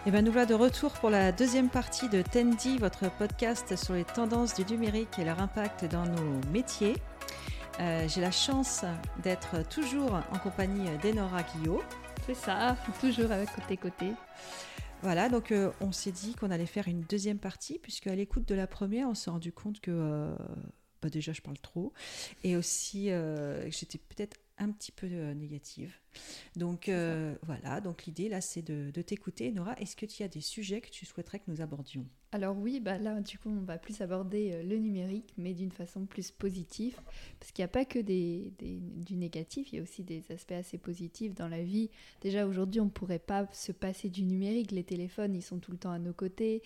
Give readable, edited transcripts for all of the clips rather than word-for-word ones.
Et ben nous voilà de retour pour la deuxième partie de Tendi, votre podcast sur les tendances du numérique et leur impact dans nos métiers. J'ai la chance d'être toujours en compagnie d'Enora Guillot. C'est ça, toujours avec côté. Voilà, donc on s'est dit qu'on allait faire une deuxième partie, puisque à l'écoute de la première, on s'est rendu compte que déjà je parle trop, et aussi que j'étais peut-être un petit peu négative. Donc voilà, donc l'idée là c'est de t'écouter. Nora, est-ce que tu as des sujets que tu souhaiterais que nous abordions ? Alors oui, là du coup on va plus aborder le numérique, mais d'une façon plus positive, parce qu'il n'y a pas que du négatif, il y a aussi des aspects assez positifs dans la vie. Déjà aujourd'hui on ne pourrait pas se passer du numérique, les téléphones ils sont tout le temps à nos côtés.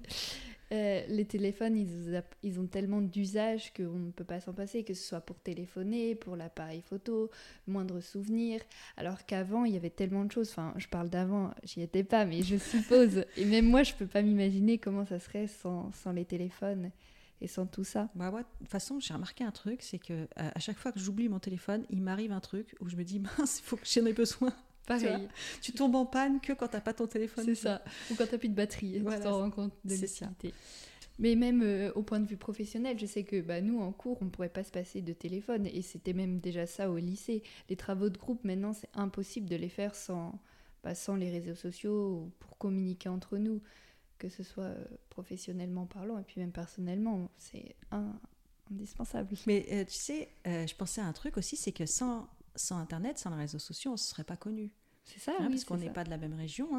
Les téléphones, ils ont tellement d'usages qu'on ne peut pas s'en passer, que ce soit pour téléphoner, pour l'appareil photo, moindre souvenir. Alors qu'avant, il y avait tellement de choses. Enfin, je parle d'avant, j'y étais pas, mais je suppose. Et même moi, je ne peux pas m'imaginer comment ça serait sans les téléphones et sans tout ça. Bah ouais, de toute façon, j'ai remarqué un truc, c'est que à chaque fois que j'oublie mon téléphone, il m'arrive un truc où je me dis, mince, il faut que j'en ai besoin. Pareil. Tu tombes en panne que quand tu n'as pas ton téléphone. C'est ça. Ou quand tu n'as plus de batterie, voilà, tu t'en rends compte de l'utilité. Ça. Mais même au point de vue professionnel, je sais que nous, en cours, on ne pourrait pas se passer de téléphone. Et c'était même déjà ça au lycée. Les travaux de groupe, maintenant, c'est impossible de les faire sans les réseaux sociaux ou pour communiquer entre nous, que ce soit professionnellement parlant et puis même personnellement. C'est indispensable. Mais tu sais, je pensais à un truc aussi, c'est que sans Internet, sans les réseaux sociaux, on ne se serait pas connus. C'est ça, oui. Parce c'est qu'on n'est ça. pas de la même région.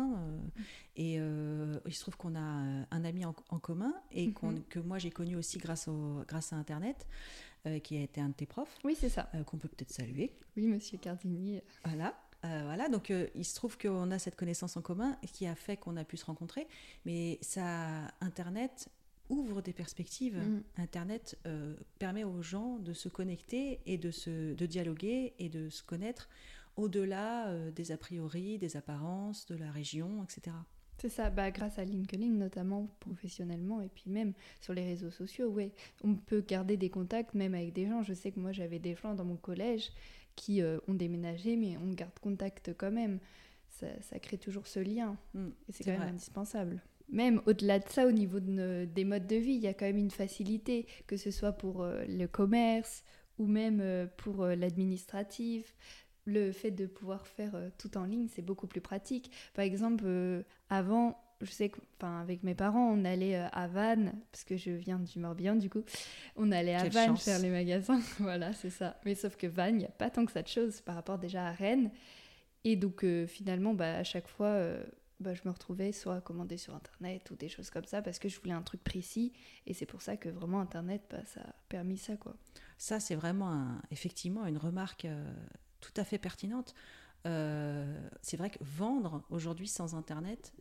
Et il se trouve qu'on a un ami en commun et que moi j'ai connu aussi grâce à Internet, qui a été un de tes profs. Oui, c'est ça. Qu'on peut peut-être saluer. Oui, monsieur Cardini. Voilà, donc il se trouve qu'on a cette connaissance en commun qui a fait qu'on a pu se rencontrer. Mais Internet ouvre des perspectives. Internet permet aux gens de se connecter et de dialoguer et de se connaître au-delà des a priori, des apparences, de la région, etc. C'est ça, grâce à LinkedIn notamment professionnellement et puis même sur les réseaux sociaux, ouais, on peut garder des contacts même avec des gens. Je sais que moi j'avais des gens dans mon collège qui ont déménagé mais on garde contact quand même. Ça crée toujours ce lien et c'est quand même indispensable. Même au-delà de ça, au niveau des modes de vie, il y a quand même une facilité, que ce soit pour le commerce ou même pour l'administratif. Le fait de pouvoir faire tout en ligne, c'est beaucoup plus pratique. Par exemple, avant, je sais qu'avec mes parents, on allait à Vannes, parce que je viens du Morbihan du coup, on allait à Vannes faire les magasins. Voilà, c'est ça. Mais sauf que Vannes, il n'y a pas tant que ça de choses par rapport déjà à Rennes. Et donc finalement, à chaque fois, je me retrouvais soit à commander sur Internet ou des choses comme ça, parce que je voulais un truc précis. Et c'est pour ça que vraiment Internet, ça a permis ça, quoi. Ça, c'est vraiment effectivement une remarque tout à fait pertinente. C'est vrai que vendre aujourd'hui sans Internet,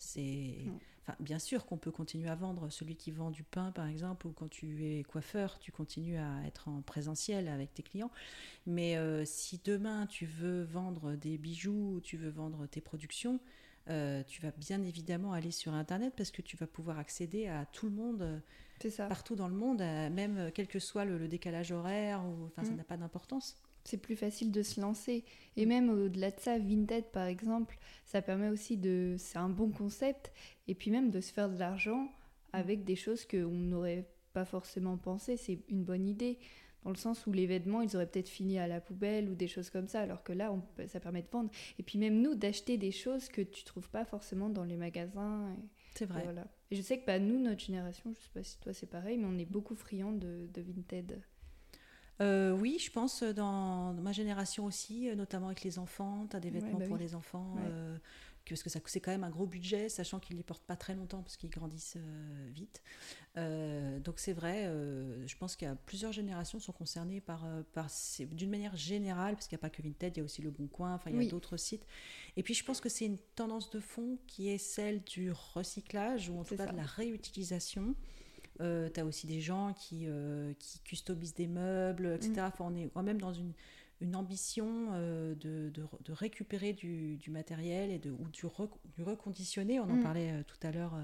bien sûr qu'on peut continuer à vendre. Celui qui vend du pain par exemple, ou quand tu es coiffeur, tu continues à être en présentiel avec tes clients, mais si demain tu veux vendre des bijoux ou tu veux vendre tes productions, tu vas bien évidemment aller sur Internet, parce que tu vas pouvoir accéder à tout le monde, partout dans le monde, même quel que soit le décalage horaire, ça n'a pas d'importance. C'est plus facile de se lancer. Et même au-delà de ça, Vinted, par exemple, ça permet aussi c'est un bon concept, et puis même de se faire de l'argent avec des choses qu'on n'aurait pas forcément pensé. C'est une bonne idée, dans le sens où les vêtements, ils auraient peut-être fini à la poubelle ou des choses comme ça, alors que là, ça permet de vendre. Et puis même nous, d'acheter des choses que tu trouves pas forcément dans les magasins. C'est vrai. Et voilà. Et je sais que nous, notre génération, je sais pas si toi c'est pareil, mais on est beaucoup friands de Vinted. Oui, je pense dans ma génération aussi, notamment avec les enfants. Tu as des vêtements pour les enfants, parce que c'est quand même un gros budget, sachant qu'ils ne les portent pas très longtemps parce qu'ils grandissent vite. Donc c'est vrai, je pense qu'il y a plusieurs générations sont concernées d'une manière générale, parce qu'il n'y a pas que Vinted, il y a aussi Le Bon Coin, il y a d'autres sites. Et puis je pense que c'est une tendance de fond qui est celle du recyclage, ou en tout cas de la réutilisation. Tu as aussi des gens qui customisent des meubles, etc. On est quand même dans une ambition de récupérer du matériel ou du reconditionner. On en parlait tout à l'heure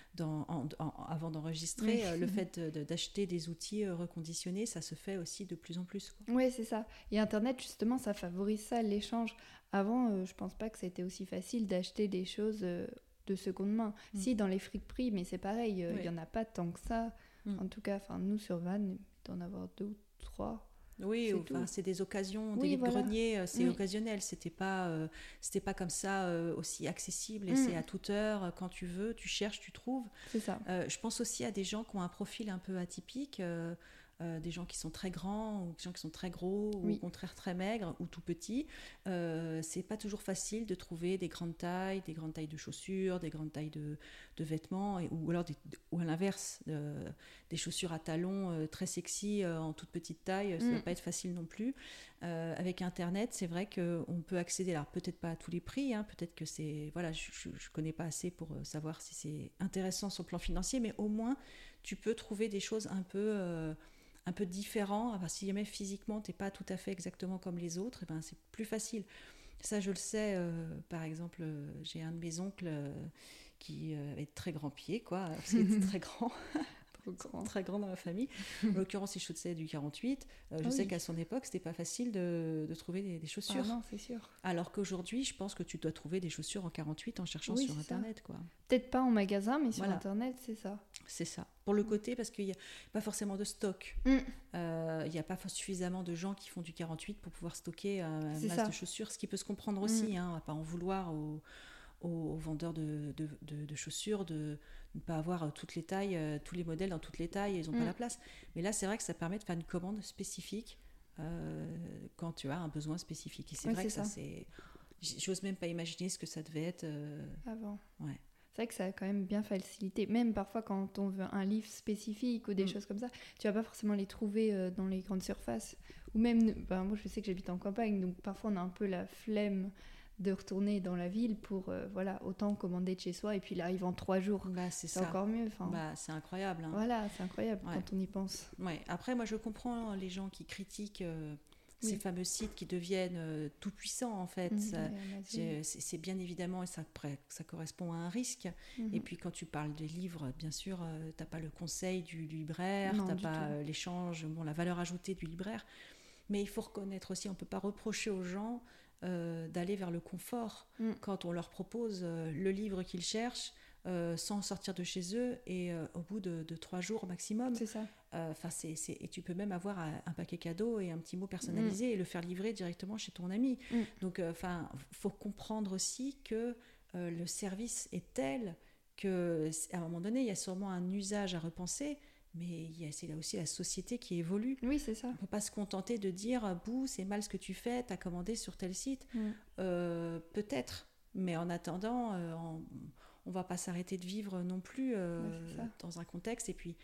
avant d'enregistrer. Le fait d'acheter des outils reconditionnés, ça se fait aussi de plus en plus. Oui, c'est ça. Et Internet, justement, ça favorise ça, l'échange. Avant, je pense pas que c'était aussi facile d'acheter des choses de seconde main. Si, dans les friperies, mais c'est pareil, il n'y en a pas tant que ça. En tout cas, nous, sur Vannes, il doit en avoir 2 ou 3. Oui, c'est des occasions, des livres-greniers, c'est occasionnel. C'était pas comme ça aussi accessible et c'est à toute heure, quand tu veux, tu cherches, tu trouves. C'est ça. Je pense aussi à des gens qui ont un profil un peu atypique, des gens qui sont très grands ou des gens qui sont très gros ou au contraire très maigres ou tout petits. C'est pas toujours facile de trouver des grandes tailles de chaussures, des grandes tailles de vêtements ou alors ou à l'inverse des chaussures à talons très sexy en toute petite taille. Ça va pas être facile non plus. Avec Internet, c'est vrai qu'on peut accéder, alors peut-être pas à tous les prix, peut-être que c'est... Voilà, je connais pas assez pour savoir si c'est intéressant sur le plan financier, mais au moins, tu peux trouver des choses un peu différent. Enfin, si jamais physiquement t'es pas tout à fait exactement comme les autres, c'est plus facile. Ça, je le sais. Par exemple, j'ai un de mes oncles qui avait de très grands pieds, parce qu'il était très grand. Très grand dans la famille. En l'occurrence, il chaussait du 48. Je sais qu'à son époque, c'était pas facile de trouver des chaussures. Ah non, c'est sûr. Alors qu'aujourd'hui, je pense que tu dois trouver des chaussures en 48 en cherchant sur Internet, Peut-être pas en magasin, mais sur Internet, c'est ça. C'est ça. Pour le côté, parce qu'il n'y a pas forcément de stock. Il n'y a pas suffisamment de gens qui font du 48 pour pouvoir stocker une masse de chaussures, ce qui peut se comprendre aussi. On ne va pas en vouloir aux vendeurs de chaussures de ne pas avoir toutes les tailles, tous les modèles dans toutes les tailles, ils n'ont pas la place. Mais là, c'est vrai que ça permet de faire une commande spécifique quand tu as un besoin spécifique. Et c'est vrai que ça, c'est... J'ose même pas imaginer ce que ça devait être... Avant. Ouais. C'est vrai que ça a quand même bien facilité. Même parfois, quand on veut un livre spécifique ou des choses comme ça, tu vas pas forcément les trouver dans les grandes surfaces. Ou même, moi, je sais que j'habite en campagne, donc parfois, on a un peu la flemme de retourner dans la ville pour autant commander de chez soi et puis il arrive en 3 jours. C'est encore mieux. C'est incroyable. Voilà, c'est incroyable quand on y pense. Ouais. Après, moi, je comprends les gens qui critiquent... ces fameux sites qui deviennent tout puissants en fait. C'est bien évidemment, et ça correspond à un risque. Et puis quand tu parles des livres, bien sûr, t'as pas le conseil du libraire, t'as pas l'échange, la valeur ajoutée du libraire. Mais il faut reconnaître aussi, on peut pas reprocher aux gens d'aller vers le confort quand on leur propose le livre qu'ils cherchent sans sortir de chez eux et au bout de 3 jours maximum. C'est ça. Et tu peux même avoir un paquet cadeau et un petit mot personnalisé et le faire livrer directement chez ton ami. Donc, faut comprendre aussi que le service est tel qu'à un moment donné, il y a sûrement un usage à repenser. Mais c'est là aussi la société qui évolue. Oui, c'est ça. On ne peut pas se contenter de dire « Bouh, c'est mal ce que tu fais, t'as commandé sur tel site. Peut-être, mais en attendant, on ne va pas s'arrêter de vivre non plus dans un contexte. Et puis,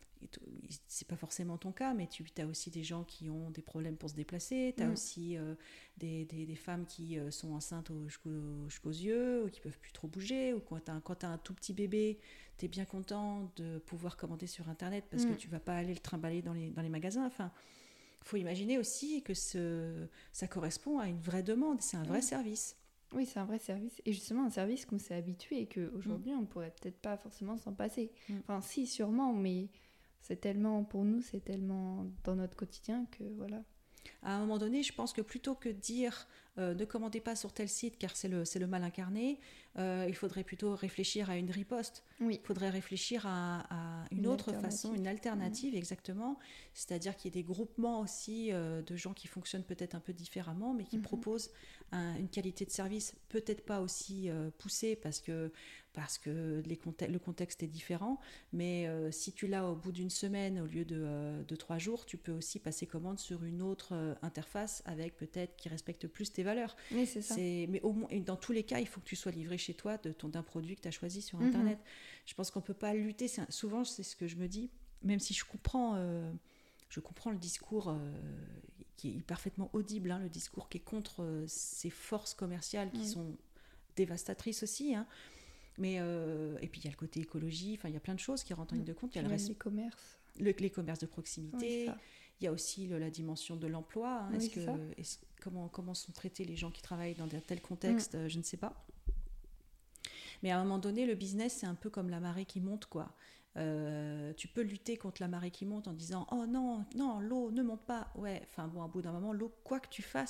c'est pas forcément ton cas, mais tu as aussi des gens qui ont des problèmes pour se déplacer. Tu as aussi des femmes qui sont enceintes jusqu'aux yeux ou qui ne peuvent plus trop bouger. Ou quand tu as un tout petit bébé, tu es bien content de pouvoir commander sur Internet parce que tu ne vas pas aller le trimballer dans les magasins. Enfin, il faut imaginer aussi que ça correspond à une vraie demande. C'est un vrai service. Oui, c'est un vrai service. Et justement, un service qu'on s'est habitué et qu'aujourd'hui, on ne pourrait peut-être pas forcément s'en passer. Enfin, si, sûrement, mais c'est tellement, pour nous, c'est tellement dans notre quotidien que voilà. À un moment donné, je pense que plutôt que de dire ne commandez pas sur tel site car c'est le mal incarné, il faudrait plutôt réfléchir à une riposte. Oui. Il faudrait réfléchir à une autre façon, une alternative, exactement. C'est-à-dire qu'il y ait des groupements aussi de gens qui fonctionnent peut-être un peu différemment, mais qui proposent une qualité de service peut-être pas aussi poussée parce que le contexte est différent, mais si tu l'as au bout d'une semaine au lieu de 3 jours, tu peux aussi passer commande sur une autre interface avec peut-être qui respecte plus tes valeurs. Oui, c'est ça. Mais au moins, dans tous les cas, il faut que tu sois livré chez toi d'un produit que tu as choisi sur Internet. Je pense qu'on peut pas lutter. Souvent, c'est ce que je me dis, même si je comprends le discours qui est parfaitement audible, le discours qui est contre ces forces commerciales qui sont dévastatrices aussi, mais et puis il y a le côté écologie, il y a plein de choses qui rentrent en ligne de compte. Il y a les commerces. Les commerces de proximité, il y a aussi la dimension de l'emploi. Comment sont traités les gens qui travaillent dans un tel contexte, je ne sais pas. Mais à un moment donné, le business, c'est un peu comme la marée qui monte, quoi. Tu peux lutter contre la marée qui monte en disant « Oh non, l'eau ne monte pas ». Ouais, au bout d'un moment, l'eau, quoi que tu fasses,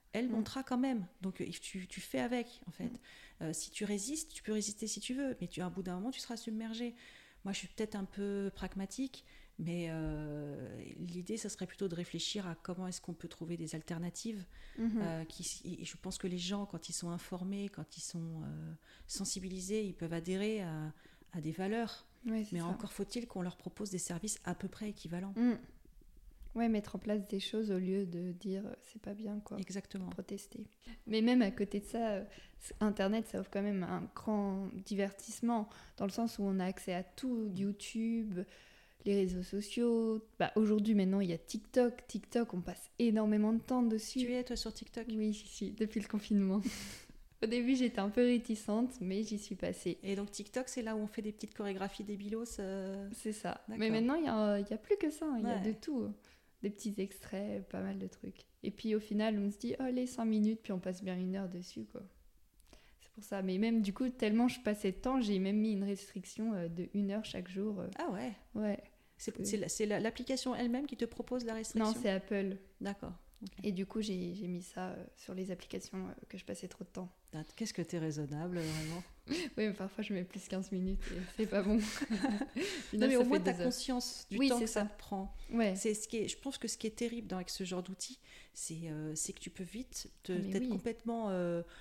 elle montera quand même. Donc tu fais avec, en fait. Si tu résistes, tu peux résister si tu veux, mais à un bout d'un moment, tu seras submergé. Moi, je suis peut-être un peu pragmatique, mais l'idée, ça serait plutôt de réfléchir à comment est-ce qu'on peut trouver des alternatives. Et je pense que les gens, quand ils sont informés, quand ils sont sensibilisés, ils peuvent adhérer à des valeurs. Ouais, mais ça. encore faut-il qu'on leur propose des services à peu près équivalents. Ouais, mettre en place des choses au lieu de dire c'est pas bien, quoi. Exactement. Protester. Mais même à côté de ça, Internet, ça offre quand même un grand divertissement, dans le sens où on a accès à tout, YouTube, les réseaux sociaux. Aujourd'hui, maintenant, il y a TikTok. TikTok, on passe énormément de temps dessus. Tu es, toi, sur TikTok? Oui, j'y suis, depuis le confinement. Au début, j'étais un peu réticente, mais j'y suis passée. Et donc TikTok, c'est là où on fait des petites chorégraphies débilos C'est ça. D'accord. Mais maintenant, il y a plus que ça. Il y a de tout. Des petits extraits, pas mal de trucs. Et puis au final, on se dit, allez, 5 minutes, puis on passe bien 1 heure dessus, quoi. C'est pour ça. Mais même, du coup, tellement je passais de temps, j'ai même mis une restriction de 1 heure chaque jour. Ah ouais? Ouais. C'est l'application elle-même qui te propose la restriction? Non, c'est Apple. D'accord. Okay. Et du coup, j'ai mis ça sur les applications que je passais trop de temps. Qu'est-ce que t'es raisonnable, vraiment. Oui, mais parfois je mets plus 15 minutes et c'est pas bon. Non, mais au moins t'as conscience du temps que ça te prend. Ouais. Je pense que ce qui est terrible avec ce genre d'outils, c'est que tu peux vite être complètement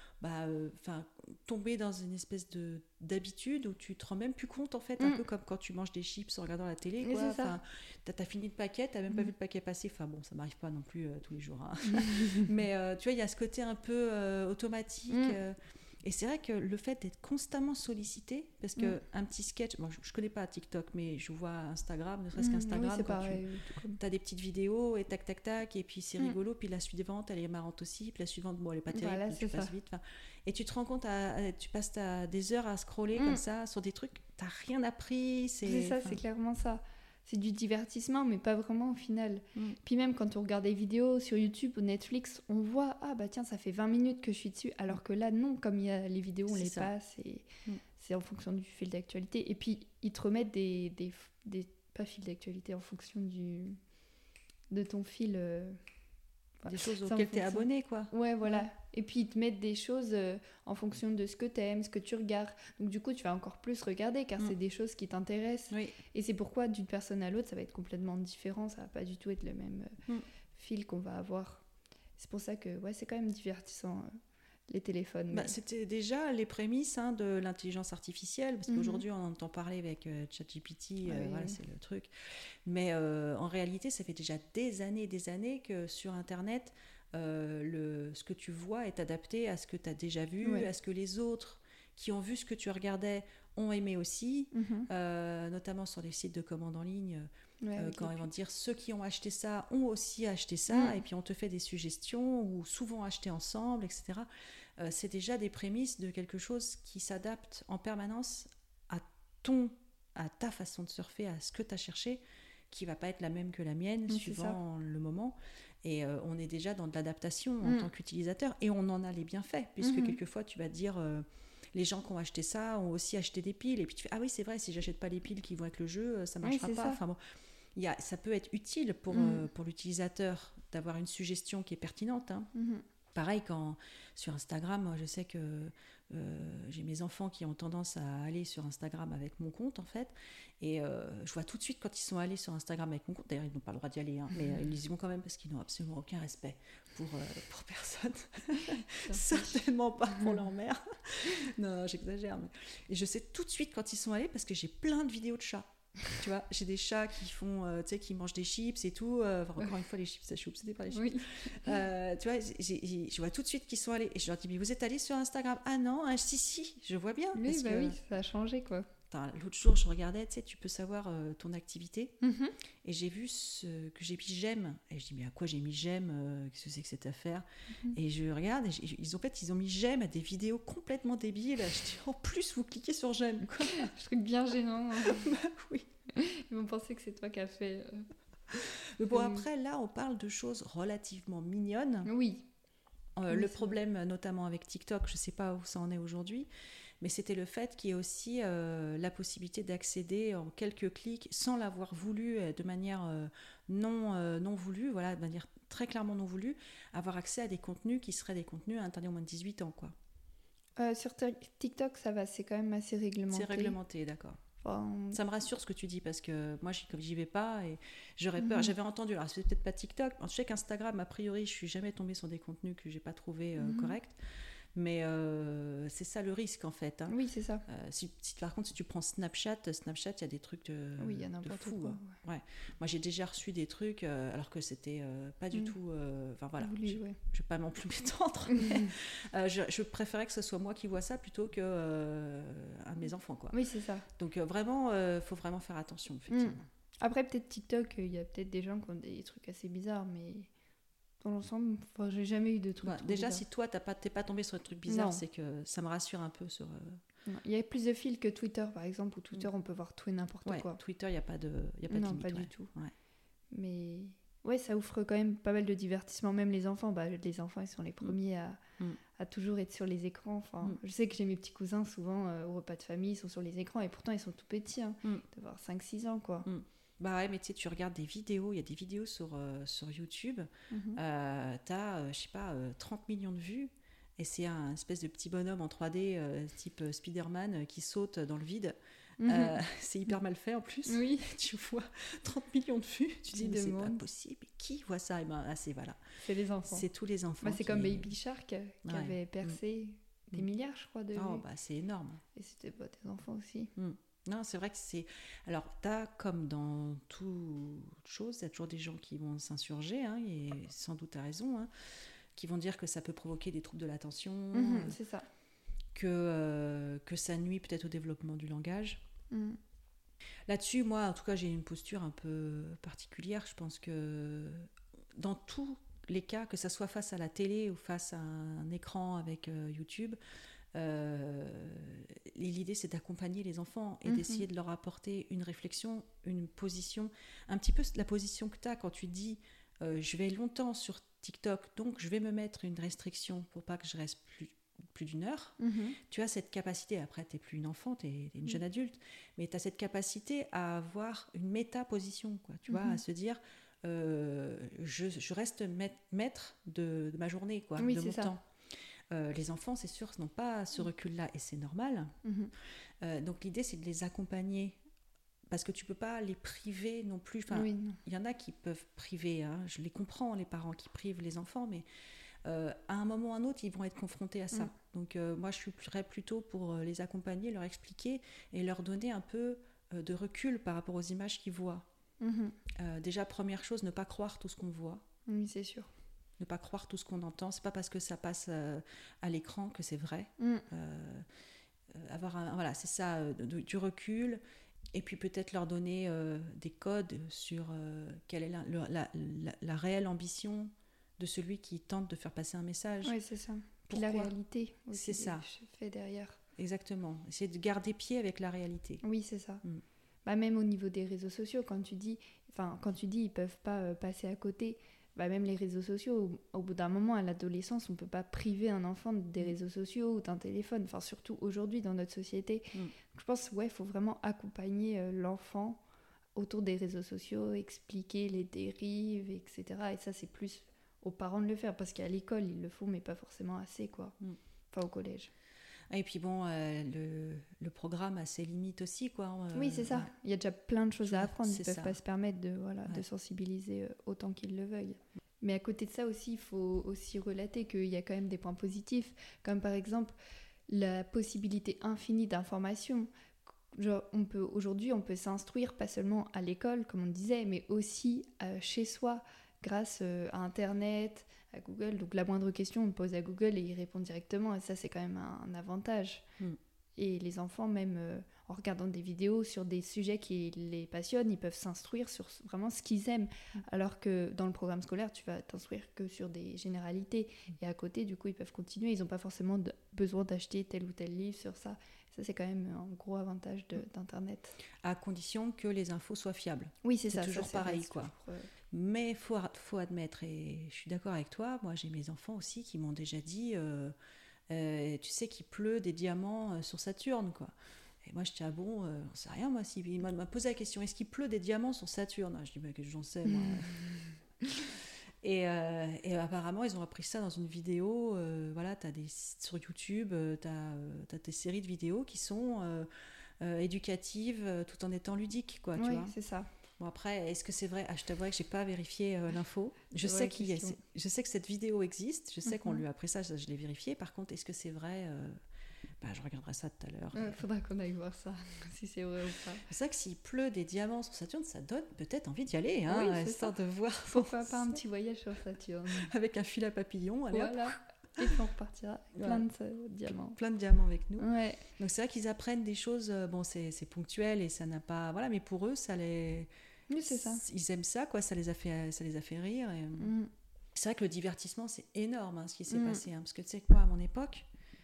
tomber dans une espèce d'habitude où tu te rends même plus compte, en fait, un peu comme quand tu manges des chips en regardant la télé, quoi. T'as fini le paquet, t'as même pas vu le paquet passer. Enfin bon, ça m'arrive pas non plus tous les jours, hein. Mais tu vois, il y a ce côté un peu automatique. Et c'est vrai que le fait d'être constamment sollicité, parce que un petit sketch, moi je connais pas TikTok, mais je vois Instagram, ne serait-ce qu'Instagram, oui, quand tu as des petites vidéos et tac tac tac, et puis c'est rigolo, puis la suivante elle est marrante aussi, puis la suivante, bon, elle est pas terrible, voilà, tu passes vite. Et tu te rends compte, tu passes des heures à scroller comme ça sur des trucs, t'as rien appris. C'est ça, c'est clairement ça. C'est du divertissement, mais pas vraiment au final. Puis même quand on regarde des vidéos sur YouTube ou Netflix, on voit, ah bah tiens, ça fait 20 minutes que je suis dessus. Alors que là, non, comme il y a les vidéos, on les passe et c'est en fonction du fil d'actualité. Et puis, ils te remettent des pas fil d'actualité, en fonction de ton fil. Des choses auxquelles tu es abonné, quoi. Ouais, voilà. Ouais. Et puis, ils te mettent des choses en fonction de ce que tu aimes, ce que tu regardes. Donc, du coup, tu vas encore plus regarder, car c'est des choses qui t'intéressent. Oui. Et c'est pourquoi, d'une personne à l'autre, ça va être complètement différent. Ça va pas du tout être le même fil qu'on va avoir. C'est pour ça que, ouais, c'est quand même divertissant, les téléphones. C'était déjà les prémices de l'intelligence artificielle, parce qu'aujourd'hui, on entend parler avec ChatGPT, voilà, c'est le truc. Mais en réalité, ça fait déjà des années que sur Internet, ce que tu vois est adapté à ce que tu as déjà vu, à ce que les autres qui ont vu ce que tu regardais ont aimé aussi, notamment sur les sites de commande en ligne. Quand ils vont dire ceux qui ont acheté ça ont aussi acheté ça, et puis on te fait des suggestions ou souvent acheté ensemble, etc. C'est déjà des prémices de quelque chose qui s'adapte en permanence à ta façon de surfer, à ce que tu as cherché, qui va pas être la même que la mienne suivant le moment. Et on est déjà dans de l'adaptation en tant qu'utilisateur, et on en a les bienfaits, puisque quelquefois tu vas te dire les gens qui ont acheté ça ont aussi acheté des piles, et puis tu fais ah oui c'est vrai, si j'achète pas les piles qui vont avec le jeu, ça marchera pas. Enfin bon, ça peut être utile pour l'utilisateur d'avoir une suggestion qui est pertinente. Pareil, quand sur Instagram, moi, je sais que j'ai mes enfants qui ont tendance à aller sur Instagram avec mon compte, en fait, et je vois tout de suite quand ils sont allés sur Instagram avec mon compte, d'ailleurs ils n'ont pas le droit d'y aller, mais ils y vont quand même parce qu'ils n'ont absolument aucun respect pour personne, certainement pas pour leur mère. Non, j'exagère, mais... Et je sais tout de suite quand ils sont allés parce que j'ai plein de vidéos de chats. Tu vois, j'ai des chats qui font, qui mangent des chips et tout. Encore une fois, les chips, ça choupe, c'était pas les chips. Oui. Tu vois, je vois tout de suite qu'ils sont allés. Et je leur dis, mais vous êtes allés sur Instagram? Ah non, si, je vois bien. Oui, parce que... oui, ça a changé, quoi. L'autre jour, je regardais, tu peux savoir ton activité. Et j'ai vu que j'ai mis j'aime. Et je dis, mais à quoi j'ai mis j'aime? Qu'est-ce que c'est que cette affaire? Et je regarde, et ils ont mis j'aime à des vidéos complètement débiles. Je dis, en plus, vous cliquez sur j'aime, quoi. Je trouve bien gênant. Oui. Ils vont penser que c'est toi qui as fait. Mais bon, après, là, on parle de choses relativement mignonnes. Oui. Le problème, notamment avec TikTok, je ne sais pas où ça en est aujourd'hui, mais c'était le fait qu'il y ait aussi la possibilité d'accéder en quelques clics, sans l'avoir voulu, de manière non voulue, voilà, de manière très clairement non voulue, avoir accès à des contenus qui seraient des contenus interdits aux moins de 18 ans, quoi. Sur TikTok, ça va, c'est quand même assez réglementé. C'est réglementé, d'accord. Enfin... Ça me rassure ce que tu dis, parce que moi, comme j'y vais pas, et j'aurais peur. J'avais entendu, alors c'est peut-être pas TikTok, je sais qu'Instagram, a priori, je suis jamais tombée sur des contenus que j'ai pas trouvé corrects. Mais c'est ça le risque, en fait. Hein. Oui, c'est ça. Par contre, si tu prends Snapchat, il y a des trucs oui, il y a n'importe fou. Quoi. Ouais. Moi, j'ai déjà reçu des trucs, alors que c'était pas du tout... Enfin, voilà. Je vais pas non plus m'étendre. Mais, je préférais que ce soit moi qui vois ça plutôt qu'un de mes enfants, quoi. Oui, c'est ça. Donc, vraiment, faut vraiment faire attention, effectivement. Après, peut-être TikTok, il y a peut-être des gens qui ont des trucs assez bizarres, mais... Dans l'ensemble, j'ai jamais eu de trucs. Déjà, bizarres. Si toi, t'es pas tombé sur des trucs bizarres, c'est que ça me rassure un peu sur. Il y a plus de fils que Twitter, par exemple, où Twitter, on peut voir tout et n'importe quoi. Twitter, il n'y a pas de limite. Non, pas du tout. Ouais. Mais ouais, ça offre quand même pas mal de divertissement. Même les enfants, les enfants, ils sont les premiers à toujours être sur les écrans. Enfin, je sais que j'ai mes petits cousins, souvent, au repas de famille, ils sont sur les écrans, et pourtant, ils sont tout petits, d'avoir 5-6 ans, quoi. Bah ouais, mais tu regardes des vidéos, il y a des vidéos sur YouTube, t'as, je sais pas, 30 millions de vues, et c'est un espèce de petit bonhomme en 3D, type Spider-Man, qui saute dans le vide. C'est hyper mal fait en plus. Oui. Tu vois 30 millions de vues, tu dis, mais c'est pas possible, mais qui voit ça? Et c'est les enfants. C'est tous les enfants. C'est comme Baby Shark, qui avait percé des milliards, je crois, de vues. C'est énorme. Et c'était pas des enfants aussi. Non, c'est vrai que c'est... Alors, t'as, comme dans toute chose, il y a toujours des gens qui vont s'insurger, et sans doute à raison, qui vont dire que ça peut provoquer des troubles de l'attention, c'est ça. Que ça nuit peut-être au développement du langage. Là-dessus, moi, en tout cas, j'ai une posture un peu particulière. Je pense que dans tous les cas, que ça soit face à la télé ou face à un écran avec YouTube... l'idée c'est d'accompagner les enfants et d'essayer de leur apporter une réflexion, une position, un petit peu la position que tu as quand tu dis je vais longtemps sur TikTok, donc je vais me mettre une restriction pour pas que je reste plus d'une heure. Tu as cette capacité, après tu n'es plus une enfant, tu es une jeune adulte, mais tu as cette capacité à avoir une méta-position, quoi, tu vois, à se dire je reste maître de ma journée, quoi, de mon temps. Les enfants, c'est sûr, n'ont pas ce recul-là, et c'est normal. Donc l'idée, c'est de les accompagner, parce que tu peux pas les priver non plus. Enfin, il y en a qui peuvent priver, je les comprends, les parents qui privent les enfants, mais à un moment ou à un autre, ils vont être confrontés à ça. Donc moi, je serais plutôt pour les accompagner, leur expliquer et leur donner un peu de recul par rapport aux images qu'ils voient. Déjà, première chose, ne pas croire tout ce qu'on voit. Oui, c'est sûr. Ne pas croire tout ce qu'on entend. C'est pas parce que ça passe à l'écran que c'est vrai. Avoir c'est ça, du recul, et puis peut-être leur donner des codes sur quelle est la réelle ambition de celui qui tente de faire passer un message. Oui, c'est ça. Puis la réalité aussi, c'est ça. Fait derrière. Exactement. Essayer de garder pied avec la réalité. Oui, c'est ça. Même au niveau des réseaux sociaux, quand tu dis ils peuvent pas passer à côté. Même les réseaux sociaux, au bout d'un moment, à l'adolescence, on ne peut pas priver un enfant des réseaux sociaux ou d'un téléphone, enfin, surtout aujourd'hui dans notre société. Donc, je pense qu'il faut vraiment accompagner l'enfant autour des réseaux sociaux, expliquer les dérives, etc. Et ça, c'est plus aux parents de le faire, parce qu'à l'école, ils le font, mais pas forcément assez, quoi. Enfin, au collège. Et puis bon, le programme a ses limites aussi, quoi. Oui, c'est ça. Il y a déjà plein de choses à apprendre. Ils ne peuvent pas se permettre de sensibiliser autant qu'ils le veuillent. Mais à côté de ça aussi, il faut aussi relater qu'il y a quand même des points positifs, comme par exemple la possibilité infinie d'informations. Aujourd'hui, on peut s'instruire pas seulement à l'école, comme on disait, mais aussi chez soi, grâce à Internet, à Google. Donc la moindre question, on pose à Google et il répond directement, et ça, c'est quand même un avantage. Et les enfants, même en regardant des vidéos sur des sujets qui les passionnent, ils peuvent s'instruire sur vraiment ce qu'ils aiment. Alors que dans le programme scolaire, tu vas t'instruire que sur des généralités. Et à côté, du coup, ils peuvent continuer. Ils n'ont pas forcément besoin d'acheter tel ou tel livre sur ça. Ça, c'est quand même un gros avantage d'Internet. À condition que les infos soient fiables. Oui, c'est ça. Toujours ça, pareil, quoi. Mais il faut admettre, et je suis d'accord avec toi, moi j'ai mes enfants aussi qui m'ont déjà dit, tu sais qu'il pleut des diamants sur Saturne, quoi. Et moi je dis, ah bon, on sait rien, moi, si il m'a posé la question, est-ce qu'il pleut des diamants sur Saturne? Je dis, bah, que j'en sais, moi. Et apparemment, ils ont appris ça dans une vidéo. Voilà, sur YouTube, tu as tes séries de vidéos qui sont éducatives tout en étant ludiques, quoi, tu vois. Oui, c'est ça. Bon, après, est-ce que c'est vrai? Je t'avoue que je n'ai pas vérifié l'info. Je sais que cette vidéo existe. Je sais qu'on lui a appris ça, je l'ai vérifié. Par contre, est-ce que c'est vrai? Je regarderai ça tout à l'heure. Faudra qu'on aille voir ça, si c'est vrai ou pas. C'est vrai que s'il pleut des diamants sur Saturne, ça donne peut-être envie d'y aller, hein, oui, histoire de voir. Pourquoi pas un petit voyage sur Saturne? Avec un fil à papillon, allez hop. Voilà. Et puis on repartira plein de diamants. Plein de diamants avec nous. Ouais. Donc c'est vrai qu'ils apprennent des choses, bon c'est ponctuel et ça n'a pas... Voilà, mais pour eux, ça les... Oui, c'est ça. Ils aiment ça, quoi, ça les a fait rire. Et... C'est vrai que le divertissement, c'est énorme, hein, ce qui s'est passé. Hein, parce que tu sais que moi, à mon époque,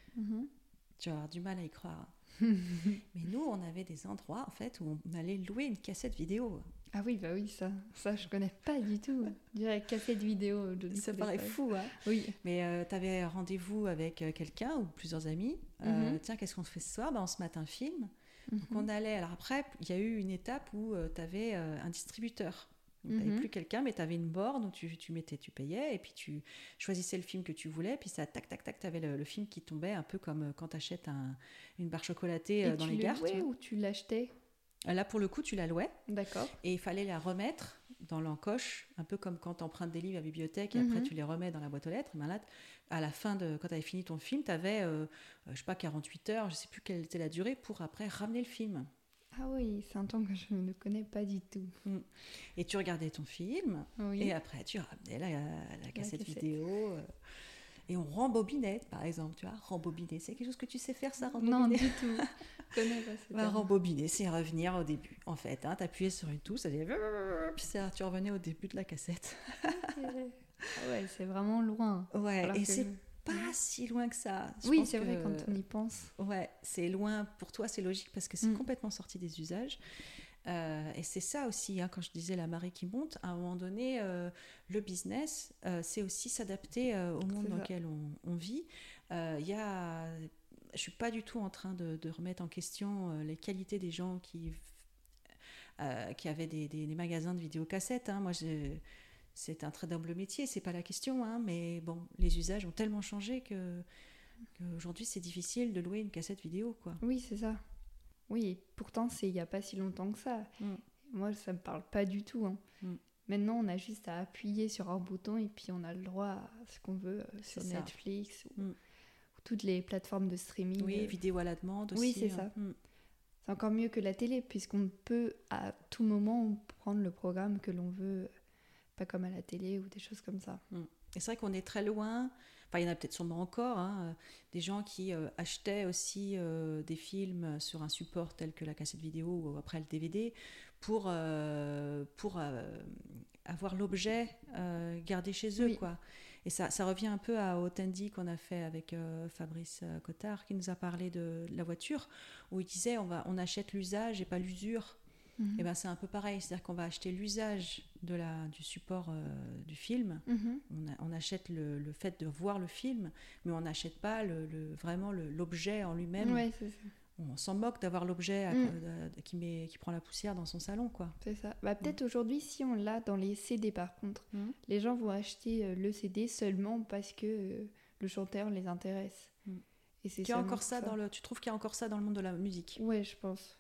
tu vas avoir du mal à y croire. Mais nous, on avait des endroits, en fait, où on allait louer une cassette vidéo. Ah oui, bah oui, ça je connais pas du tout. Je dirais cassette vidéo. Ça paraît fou, hein. Oui. Mais tu avais rendez-vous avec quelqu'un ou plusieurs amis. Tiens, qu'est-ce qu'on se fait ce soir? On se mate un film. Donc on allait. Alors après, il y a eu une étape où tu avais un distributeur. Tu n'avais plus quelqu'un, mais tu avais une borne où tu payais et puis tu choisissais le film que tu voulais. Puis ça, tac, tac, tac, tu avais le film qui tombait, un peu comme quand tu achètes une barre chocolatée dans les gares. Et tu louais ou tu l'achetais? Là, pour le coup, tu la louais. D'accord. Et il fallait la remettre dans l'encoche, un peu comme quand tu empruntes des livres à la bibliothèque et après tu les remets dans la boîte aux lettres. Ben là, à la fin, quand tu avais fini ton film, tu avais, 48 heures, je ne sais plus quelle était la durée, pour après ramener le film. Ah oui, c'est un temps que je ne connais pas du tout. Et tu regardais ton film, et après tu ramenais la cassette vidéo. Et on rembobinait, par exemple, tu vois, rembobiner, c'est quelque chose que tu sais faire, ça, rembobiner? Non, du tout. Je connais pas rembobiner, c'est revenir au début, en fait. Hein, t'appuyais sur une touche, ça disait... Puis tu revenais au début de la cassette. Okay. Ah ouais, c'est vraiment loin. Ouais, et c'est pas si loin que ça. Oui, c'est vrai quand on y pense. Ouais, c'est loin. Pour toi, c'est logique parce que c'est complètement sorti des usages. Et c'est ça aussi, hein, quand je disais la marée qui monte, à un moment donné, le business, c'est aussi s'adapter au monde dans lequel on vit. Je suis pas du tout en train de remettre en question les qualités des gens qui avaient des magasins de vidéocassettes. Hein. Moi, c'est un très humble métier, c'est pas la question, hein, mais bon, les usages ont tellement changé qu'aujourd'hui, c'est difficile de louer une cassette vidéo, quoi. Oui, c'est ça. Oui, et pourtant, c'est il n'y a pas si longtemps que ça. Moi, ça me parle pas du tout. Hein. Maintenant, on a juste à appuyer sur un bouton et puis on a le droit à ce qu'on veut sur Netflix ou toutes les plateformes de streaming. Oui, vidéo à la demande aussi. Oui, c'est ça. C'est encore mieux que la télé puisqu'on peut à tout moment prendre le programme que l'on veut, pas comme à la télé ou des choses comme ça. Et c'est vrai qu'on est très loin. Enfin, il y en a peut-être sûrement encore, hein, des gens qui achetaient aussi des films sur un support tel que la cassette vidéo ou après le DVD pour avoir l'objet gardé chez eux, quoi. Et ça revient un peu à Autendi qu'on a fait avec Fabrice Cottard, qui nous a parlé de la voiture, où il disait on achète l'usage et pas l'usure. Et ben c'est un peu pareil, c'est-à-dire qu'on va acheter l'usage du support du film. On achète le fait de voir le film, mais on n'achète pas vraiment l'objet en lui-même. Ouais, c'est ça. On s'en moque d'avoir l'objet qui prend la poussière dans son salon, quoi. C'est ça. Bah, peut-être aujourd'hui, si on l'a dans les CD par contre, les gens vont acheter le CD seulement parce que le chanteur les intéresse. Et c'est tu trouves qu'il y a encore ça dans le monde de la musique? Ouais, je pense.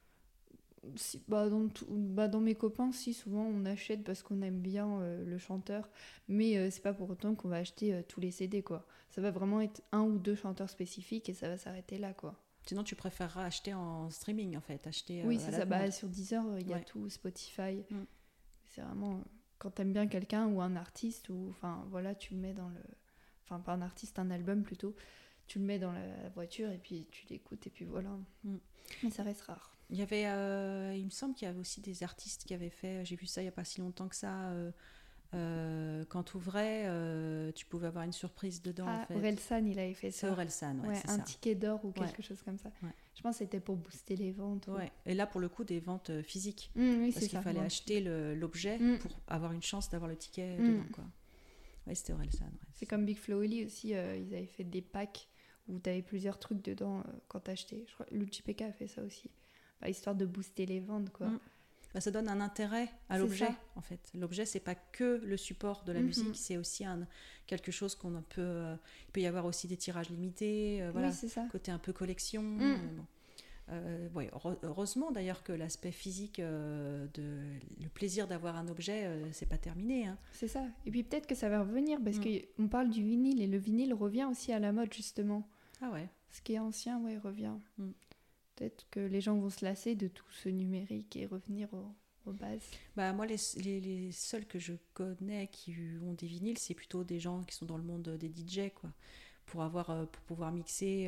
Dans mes copains, si, souvent on achète parce qu'on aime bien le chanteur, mais c'est pas pour autant qu'on va acheter tous les CD, quoi. Ça va vraiment être un ou deux chanteurs spécifiques et ça va s'arrêter là, quoi. Sinon, tu préféreras acheter en streaming, en fait. Oui, c'est ça. Sur Deezer, il y a tout, Spotify. C'est vraiment... Quand t'aimes bien quelqu'un ou un artiste, ou enfin, voilà, tu le mets dans le... Enfin, pas un artiste, un album plutôt. tu le mets dans la voiture et puis tu l'écoutes et puis voilà. Mais ça reste rare. Il y avait, il me semble qu'il y avait aussi des artistes qui avaient fait, j'ai vu ça il n'y a pas si longtemps que ça, quand tu ouvrais, tu pouvais avoir une surprise dedans. En fait. Orelsan, il avait fait ça. C'est Orelsan, c'est un ça. ticket d'or ou quelque chose comme ça. Ouais. Je pense que c'était pour booster les ventes. Ouais. Et là, pour le coup, des ventes physiques. Oui, parce qu'il fallait acheter l'objet pour avoir une chance d'avoir le ticket dedans, quoi. Ouais, c'était Orelsan. Ouais. C'est comme Big Flo et Oli aussi, ils avaient fait des packs où tu avais plusieurs trucs dedans quand tu achetais. Je crois que Luchi Pekka a fait ça aussi. Histoire de booster les ventes, quoi. Ça donne un intérêt à l'objet, en fait. L'objet, c'est pas que le support de la musique, c'est aussi quelque chose qu'on peut... il peut y avoir aussi des tirages limités, voilà, c'est ça. Côté un peu collection. Heureusement, d'ailleurs, que l'aspect physique, le plaisir d'avoir un objet, c'est pas terminé. Hein. C'est ça. Et puis peut-être que ça va revenir, parce qu'on parle du vinyle, et le vinyle revient aussi à la mode, justement. Ah ouais. Ce qui est ancien, revient. Peut-être que les gens vont se lasser de tout ce numérique et revenir aux bases. Moi, les seuls que je connais qui ont des vinyles, c'est plutôt des gens qui sont dans le monde des DJ, quoi, pour pouvoir mixer.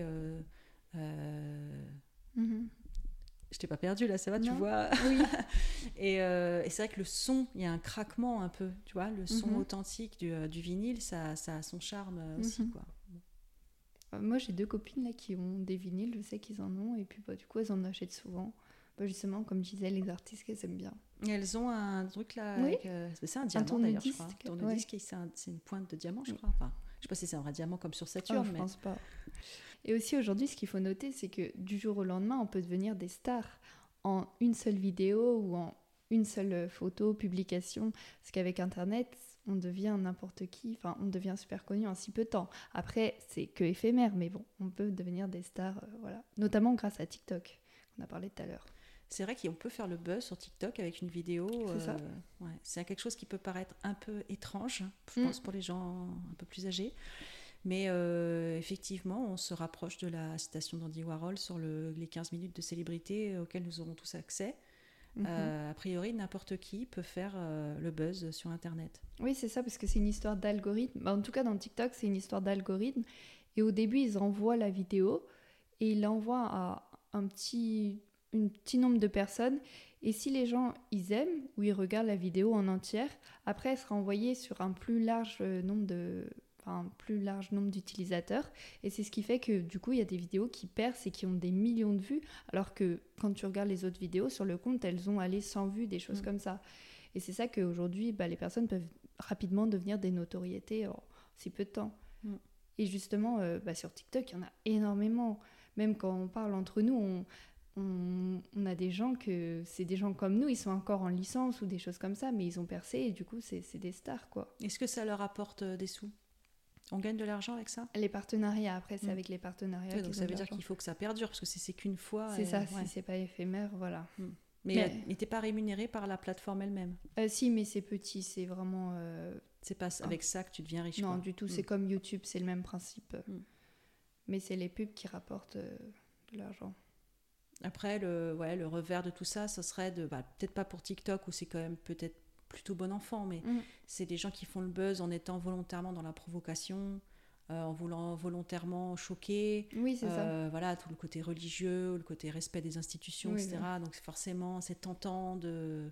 Je t'ai pas perdu là, ça va, tu vois. Oui. Et c'est vrai que le son, il y a un craquement un peu, tu vois, le son authentique du vinyle, ça a son charme aussi, quoi. Moi, j'ai 2 copines là qui ont des vinyles, je sais qu'ils en ont, et puis du coup, elles en achètent souvent. Justement, comme je disais, les artistes qu'elles aiment bien. Et elles ont un truc là, oui. C'est un diamant d'ailleurs, je crois. Un tourne-disque, c'est une pointe de diamant, je crois. Enfin, je sais pas si c'est un vrai diamant comme sur Saturne. Je pense pas. Et aussi aujourd'hui, ce qu'il faut noter, c'est que du jour au lendemain, on peut devenir des stars en une seule vidéo ou en une seule photo, publication. Parce qu'avec Internet, on devient n'importe qui, enfin, on devient super connu en si peu de temps. Après, c'est que éphémère, mais bon, on peut devenir des stars, voilà. Notamment grâce à TikTok, qu'on a parlé tout à l'heure. C'est vrai qu'on peut faire le buzz sur TikTok avec une vidéo. C'est ça. C'est quelque chose qui peut paraître un peu étrange, je pense, pour les gens un peu plus âgés. Mais effectivement, on se rapproche de la citation d'Andy Warhol sur les 15 minutes de célébrité auxquelles nous aurons tous accès. A priori, n'importe qui peut faire le buzz sur Internet. Oui, c'est ça, parce que c'est une histoire d'algorithme. En tout cas, dans TikTok, c'est une histoire d'algorithme. Et au début, ils envoient la vidéo et ils l'envoient à un petit nombre de personnes. Et si les gens, ils aiment ou ils regardent la vidéo en entière, après, elle sera envoyée sur un plus large nombre d'utilisateurs, et c'est ce qui fait que du coup il y a des vidéos qui percent et qui ont des millions de vues, alors que quand tu regardes les autres vidéos sur le compte, elles ont allé 100 vues, des choses comme ça. Et c'est ça qu'aujourd'hui les personnes peuvent rapidement devenir des notoriétés en si peu de temps. Et justement sur TikTok il y en a énormément, même quand on parle entre nous, on a des gens c'est des gens comme nous, ils sont encore en licence ou des choses comme ça, mais ils ont percé et du coup c'est des stars, quoi. Est-ce que ça leur apporte des sous ? On gagne de l'argent avec ça ? Les partenariats, après, c'est avec les partenariats. Donc ça veut dire qu'il faut que ça perdure, parce que c'est qu'une fois. C'est ça, si c'est pas éphémère, voilà. Mais n'était pas rémunéré par la plateforme elle-même ? Si, mais c'est petit, c'est vraiment... C'est pas avec ça que tu deviens riche. Non, du tout, c'est comme YouTube, c'est le même principe. Mais c'est les pubs qui rapportent de l'argent. Après, le revers de tout ça, ce serait peut-être pas pour TikTok, où c'est quand même peut-être plutôt bon enfant, mais c'est des gens qui font le buzz en étant volontairement dans la provocation, en voulant volontairement choquer. Oui, c'est ça. Voilà, tout le côté religieux, le côté respect des institutions, etc. Donc forcément, c'est tentant de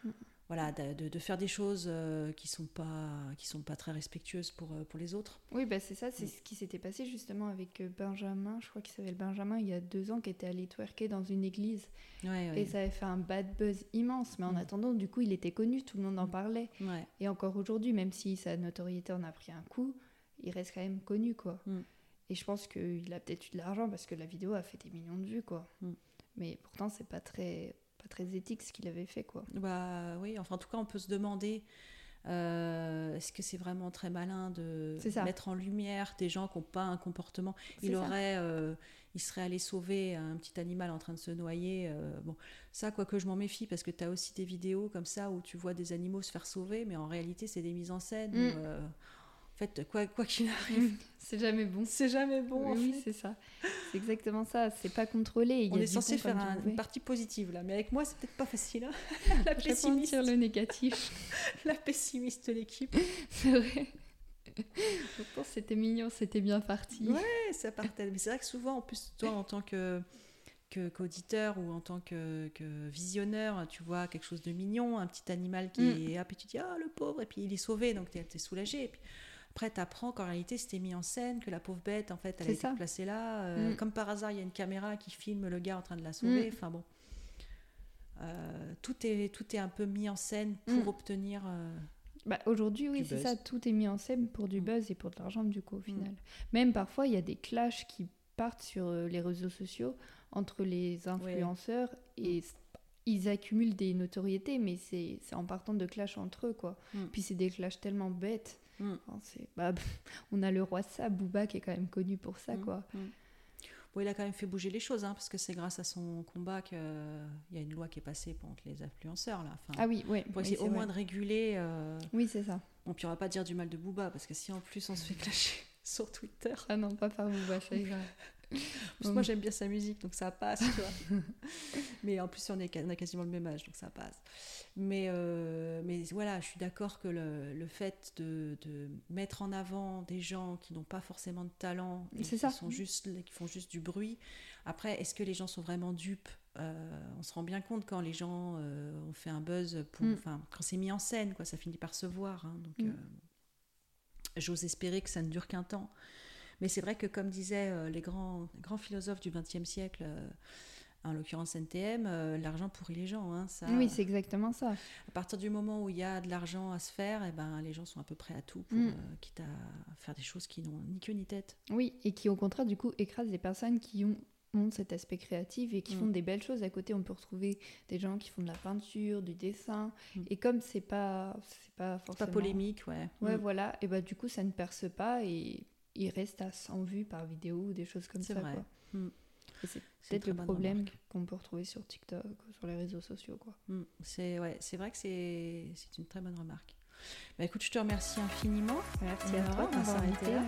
faire des choses qui sont pas très respectueuses pour les autres. Oui, c'est ça, c'est ce qui s'était passé justement avec Benjamin, je crois qu'il s'appelle Benjamin, il y a 2 ans, qui était allé twerker dans une église. Et ça avait fait un bad buzz immense, mais en attendant, du coup, il était connu, tout le monde en parlait. Et encore aujourd'hui, même si sa notoriété en a pris un coup, il reste quand même connu, quoi. Et je pense qu'il a peut-être eu de l'argent parce que la vidéo a fait des millions de vues, quoi. Mais pourtant, c'est pas très éthique ce qu'il avait fait, quoi. Oui, enfin en tout cas on peut se demander est-ce que c'est vraiment très malin de mettre en lumière des gens qui n'ont pas un comportement. Il serait allé sauver un petit animal en train de se noyer, ça, quoique je m'en méfie, parce que tu as aussi des vidéos comme ça où tu vois des animaux se faire sauver, mais en réalité c'est des mises en scène où, en fait, quoi qu'il arrive, c'est jamais bon. C'est jamais bon. Oui, c'est ça. C'est exactement ça. C'est pas contrôlé. On est censé faire une partie positive là, mais avec moi, c'est peut-être pas facile. Hein. La pessimiste. Le négatif. La pessimiste de l'équipe. C'est vrai. Pourtant, c'était mignon, c'était bien parti. Ouais, ça partait. Mais c'est vrai que souvent, en plus, toi, en tant qu'auditeur ou en tant que visionneur, tu vois quelque chose de mignon, un petit animal qui est... puis tu dis, ah, le pauvre, et puis il est sauvé, donc t'es soulagé. Et puis après, t'apprends qu'en réalité, c'était mis en scène, que la pauvre bête, en fait, elle a été placée là. Comme par hasard, il y a une caméra qui filme le gars en train de la sauver. Enfin bon, tout est un peu mis en scène pour obtenir... aujourd'hui, oui, c'est ça. Tout est mis en scène pour du buzz et pour de l'argent, du coup, au final. Même parfois, il y a des clashs qui partent sur les réseaux sociaux entre les influenceurs et ils accumulent des notoriétés, mais c'est en partant de clashs entre eux, quoi. Puis c'est des clashs tellement bêtes. Enfin, on a le roi Sab, Booba, qui est quand même connu pour ça, quoi. Bon, il a quand même fait bouger les choses, parce que c'est grâce à son combat qu'il y a une loi qui est passée contre les influenceurs, là. Enfin, pour essayer au moins de réguler. Oui, c'est ça. Bon, puis on va pas dire du mal de Booba, parce que si en plus on se fait clasher sur Twitter. Ah non, pas par Booba, ça ira. Moi j'aime bien sa musique, donc ça passe, tu vois. Mais en plus on a quasiment le même âge, donc ça passe. Mais voilà, je suis d'accord que le fait de mettre en avant des gens qui n'ont pas forcément de talent et qui font juste du bruit. Après, est-ce que les gens sont vraiment dupes ? On se rend bien compte quand les gens ont fait un buzz, quand c'est mis en scène, quoi, ça finit par se voir. Donc j'ose espérer que ça ne dure qu'un temps. Mais c'est vrai que, comme disaient les grands philosophes du XXe siècle, en l'occurrence NTM, l'argent pourrit les gens. Ça, oui, c'est exactement ça. À partir du moment où il y a de l'argent à se faire, les gens sont à peu près à tout, quitte à faire des choses qui n'ont ni queue ni tête. Oui, et qui au contraire, du coup, écrasent les personnes qui ont cet aspect créatif et qui font des belles choses. À côté, on peut retrouver des gens qui font de la peinture, du dessin. Et comme c'est pas forcément... C'est pas polémique, ouais. Ouais, voilà. Et du coup, ça ne perce pas et il reste à 100 vues par vidéo ou des choses comme ça. C'est vrai. Quoi. Et c'est peut-être le problème qu'on peut retrouver sur TikTok, sur les réseaux sociaux, quoi. C'est vrai que c'est une très bonne remarque. Écoute, je te remercie infiniment. Merci à toi. On va s'arrêter là.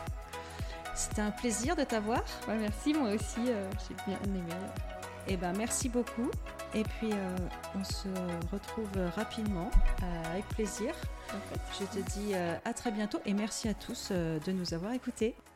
C'était un plaisir de t'avoir. Ouais, merci, moi aussi, j'ai bien aimé. Merci beaucoup. Et puis, on se retrouve rapidement, avec plaisir. Je te dis à très bientôt et merci à tous de nous avoir écoutés.